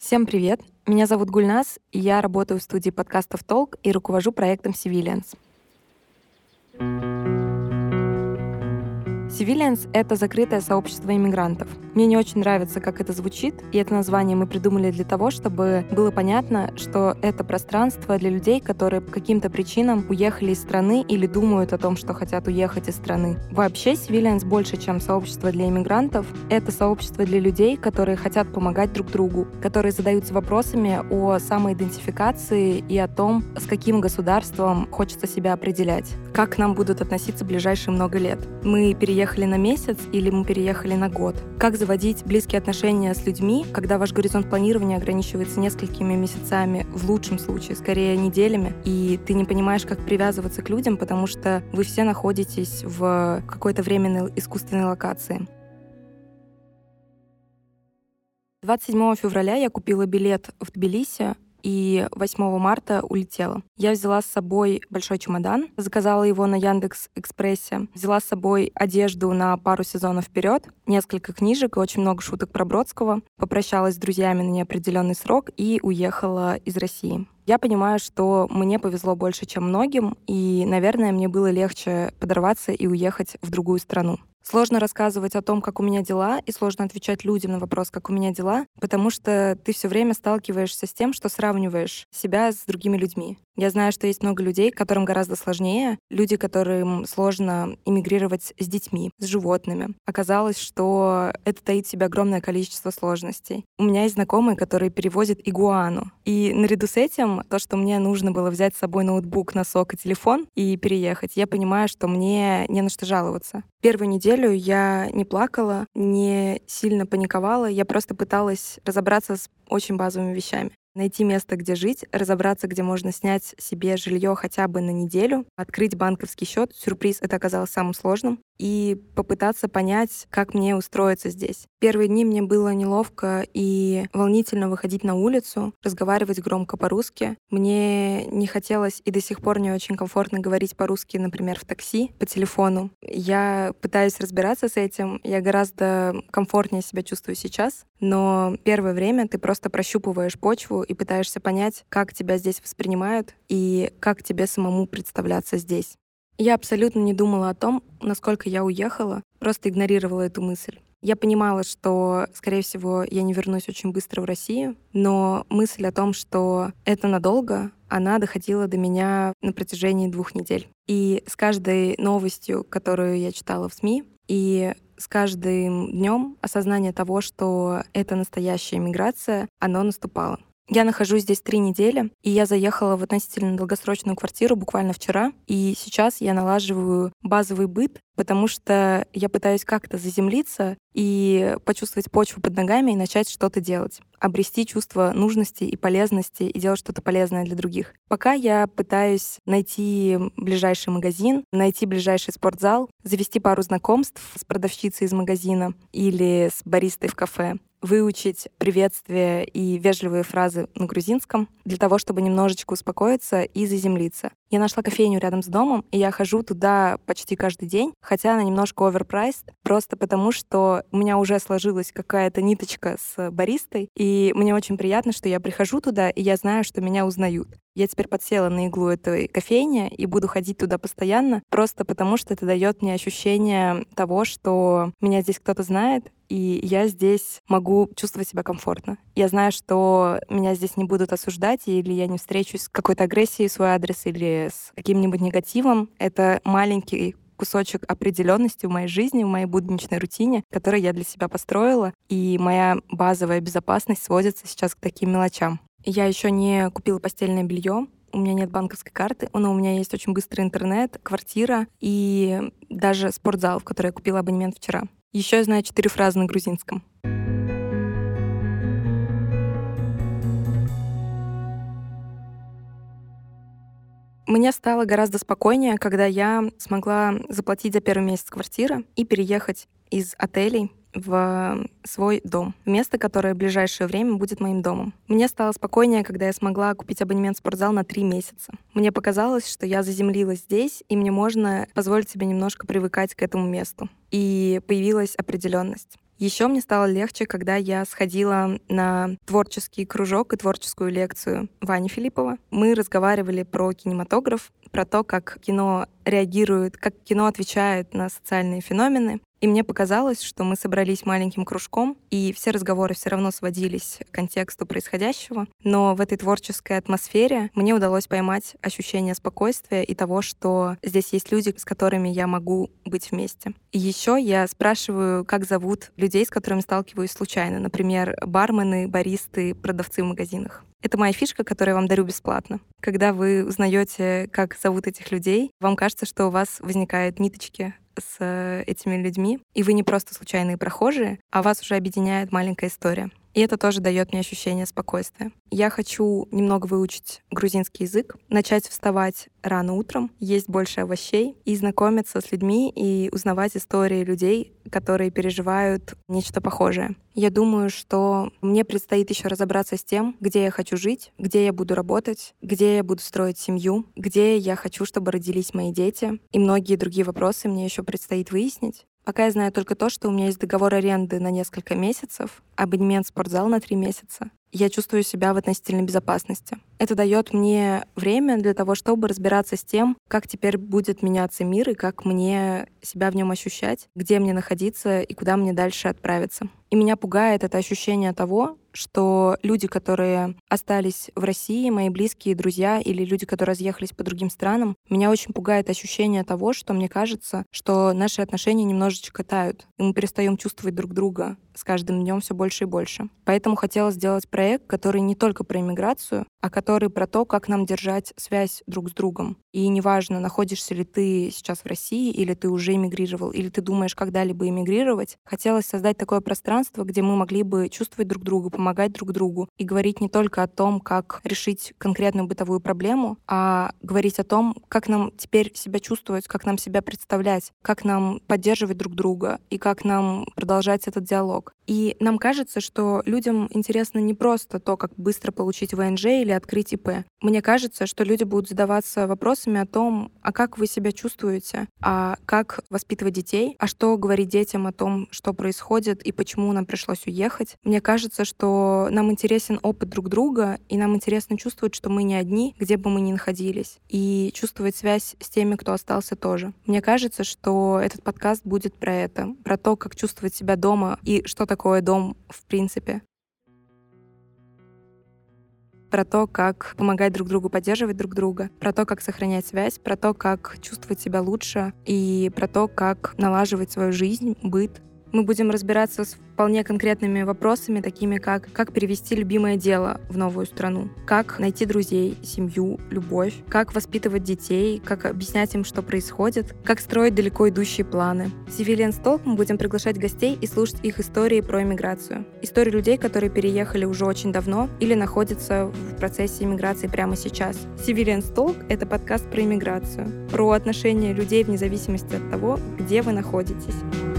Всем привет! Меня зовут Гульназ, и я работаю в студии подкастов «Толк» и руковожу проектом Civilians. Civilians — это закрытое сообщество иммигрантов. Мне не очень нравится, как это звучит, и это название мы придумали для того, чтобы было понятно, что это пространство для людей, которые по каким-то причинам уехали из страны или думают о том, что хотят уехать из страны. Вообще, Civilians больше, чем сообщество для иммигрантов. Это сообщество для людей, которые хотят помогать друг другу, которые задаются вопросами о самоидентификации и о том, с каким государством хочется себя определять, как к нам будут относиться в ближайшие много лет. Мы переехали на месяц или мы переехали на год? Как заводить близкие отношения с людьми, когда ваш горизонт планирования ограничивается несколькими месяцами, в лучшем случае, скорее неделями, и ты не понимаешь, как привязываться к людям, потому что вы все находитесь в какой-то временной искусственной локации. 27 февраля я купила билет в Тбилиси, и 8 марта улетела. Я взяла с собой большой чемодан, заказала его на Яндекс.Экспрессе, взяла с собой одежду на пару сезонов вперед, несколько книжек и очень много шуток про Бродского, попрощалась с друзьями на неопределенный срок и уехала из России. Я понимаю, что мне повезло больше, чем многим, и, наверное, мне было легче подорваться и уехать в другую страну. Сложно рассказывать о том, как у меня дела, и сложно отвечать людям на вопрос, как у меня дела, потому что ты все время сталкиваешься с тем, что сравниваешь себя с другими людьми. Я знаю, что есть много людей, которым гораздо сложнее, люди, которым сложно эмигрировать с детьми, с животными. Оказалось, что это таит в себе огромное количество сложностей. У меня есть знакомые, которые перевозят игуану. И наряду с этим, то, что мне нужно было взять с собой ноутбук, носок и телефон и переехать, я понимаю, что мне не на что жаловаться. Первую неделю я не плакала, не сильно паниковала, я просто пыталась разобраться с очень базовыми вещами. Найти место, где жить, разобраться, где можно снять себе жилье хотя бы на неделю, открыть банковский счет. Сюрприз, это оказалось самым сложным. И попытаться понять, как мне устроиться здесь. Первые дни мне было неловко и волнительно выходить на улицу, разговаривать громко по-русски. Мне не хотелось и до сих пор не очень комфортно говорить по-русски, например, в такси, по телефону. Я пытаюсь разбираться с этим. Я гораздо комфортнее себя чувствую сейчас. Но первое время ты просто прощупываешь почву и пытаешься понять, как тебя здесь воспринимают и как тебе самому представляться здесь. Я абсолютно не думала о том, насколько я уехала, просто игнорировала эту мысль. Я понимала, что, скорее всего, я не вернусь очень быстро в Россию, но мысль о том, что это надолго, она доходила до меня на протяжении 2 недель. И с каждой новостью, которую я читала в СМИ, и с каждым днем осознание того, что это настоящая миграция, оно наступало. Я нахожусь здесь 3 недели, и я заехала в относительно долгосрочную квартиру буквально вчера, и сейчас я налаживаю базовый быт, потому что я пытаюсь как-то заземлиться и почувствовать почву под ногами и начать что-то делать, обрести чувство нужности и полезности и делать что-то полезное для других. Пока я пытаюсь найти ближайший магазин, найти ближайший спортзал, завести пару знакомств с продавщицей из магазина или с баристой в кафе, выучить приветствия и вежливые фразы на грузинском для того, чтобы немножечко успокоиться и заземлиться. Я нашла кофейню рядом с домом, и я хожу туда почти каждый день, хотя она немножко оверпрайсд, просто потому что у меня уже сложилась какая-то ниточка с баристой, и мне очень приятно, что я прихожу туда, и я знаю, что меня узнают. Я теперь подсела на иглу этой кофейни и буду ходить туда постоянно, просто потому что это дает мне ощущение того, что меня здесь кто-то знает, и я здесь могу чувствовать себя комфортно. Я знаю, что меня здесь не будут осуждать, или я не встречусь с какой-то агрессией в свой адрес или с каким-нибудь негативом. Это маленький кусочек определенности в моей жизни, в моей будничной рутине, который я для себя построила, и моя базовая безопасность сводится сейчас к таким мелочам. Я еще не купила постельное белье, у меня нет банковской карты, но у меня есть очень быстрый интернет, квартира и даже спортзал, в который я купила абонемент вчера. Еще я знаю 4 фразы на грузинском. Мне стало гораздо спокойнее, когда я смогла заплатить за первый месяц квартиры и переехать из отелей в свой дом, место, которое в ближайшее время будет моим домом. Мне стало спокойнее, когда я смогла купить абонемент в спортзал на 3 месяца. Мне показалось, что я заземлилась здесь, и мне можно позволить себе немножко привыкать к этому месту. И появилась определенность. Еще мне стало легче, когда я сходила на творческий кружок и творческую лекцию Вани Филиппова. Мы разговаривали про кинематограф, про то, как кино реагирует, как кино отвечает на социальные феномены. И мне показалось, что мы собрались маленьким кружком, и все разговоры все равно сводились к контексту происходящего. Но в этой творческой атмосфере мне удалось поймать ощущение спокойствия и того, что здесь есть люди, с которыми я могу быть вместе. И еще я спрашиваю, как зовут людей, с которыми сталкиваюсь случайно. Например, бармены, баристы, продавцы в магазинах. Это моя фишка, которую я вам дарю бесплатно. Когда вы узнаете, как зовут этих людей, вам кажется, что у вас возникают ниточки с этими людьми, и вы не просто случайные прохожие, а вас уже объединяет маленькая история. И это тоже дает мне ощущение спокойствия. Я хочу немного выучить грузинский язык, начать вставать рано утром, есть больше овощей и знакомиться с людьми и узнавать истории людей, которые переживают нечто похожее. Я думаю, что мне предстоит еще разобраться с тем, где я хочу жить, где я буду работать, где я буду строить семью, где я хочу, чтобы родились мои дети. И многие другие вопросы мне еще предстоит выяснить. Пока я знаю только то, что у меня есть договор аренды на несколько месяцев, абонемент в спортзал на 3 месяца. Я чувствую себя в относительной безопасности. Это дает мне время для того, чтобы разбираться с тем, как теперь будет меняться мир и как мне себя в нем ощущать, где мне находиться и куда мне дальше отправиться. И меня пугает это ощущение того, что люди, которые остались в России, мои близкие друзья или люди, которые разъехались по другим странам, меня очень пугает ощущение того, что мне кажется, что наши отношения немножечко тают, и мы перестаем чувствовать друг друга с каждым днем все больше и больше. Поэтому хотела сделать проект, который не только про иммиграцию, а который про то, как нам держать связь друг с другом. И неважно, находишься ли ты сейчас в России, или ты уже эмигрировал, или ты думаешь когда-либо эмигрировать, хотелось создать такое пространство, где мы могли бы чувствовать друг друга, помогать друг другу и говорить не только о том, как решить конкретную бытовую проблему, а говорить о том, как нам теперь себя чувствовать, как нам себя представлять, как нам поддерживать друг друга и как нам продолжать этот диалог. И нам кажется, что людям интересно не просто то, как быстро получить ВНЖ или открыть ИП. Мне кажется, что люди будут задаваться вопросами о том, а как вы себя чувствуете, а как воспитывать детей, а что говорить детям о том, что происходит и почему нам пришлось уехать. Мне кажется, что нам интересен опыт друг друга, и нам интересно чувствовать, что мы не одни, где бы мы ни находились, и чувствовать связь с теми, кто остался тоже. Мне кажется, что этот подкаст будет про это, про то, как чувствовать себя дома и что такое дом в принципе. Про то, как помогать друг другу, поддерживать друг друга, про то, как сохранять связь, про то, как чувствовать себя лучше и про то, как налаживать свою жизнь, быт. Мы будем разбираться с вполне конкретными вопросами, такими как перевести любимое дело в новую страну, как найти друзей, семью, любовь, как воспитывать детей, как объяснять им, что происходит, как строить далеко идущие планы. В Civilians Talk мы будем приглашать гостей и слушать их истории про иммиграцию. Истории людей, которые переехали уже очень давно или находятся в процессе иммиграции прямо сейчас. Civilians Talk — это подкаст про иммиграцию, про отношения людей вне зависимости от того, где вы находитесь.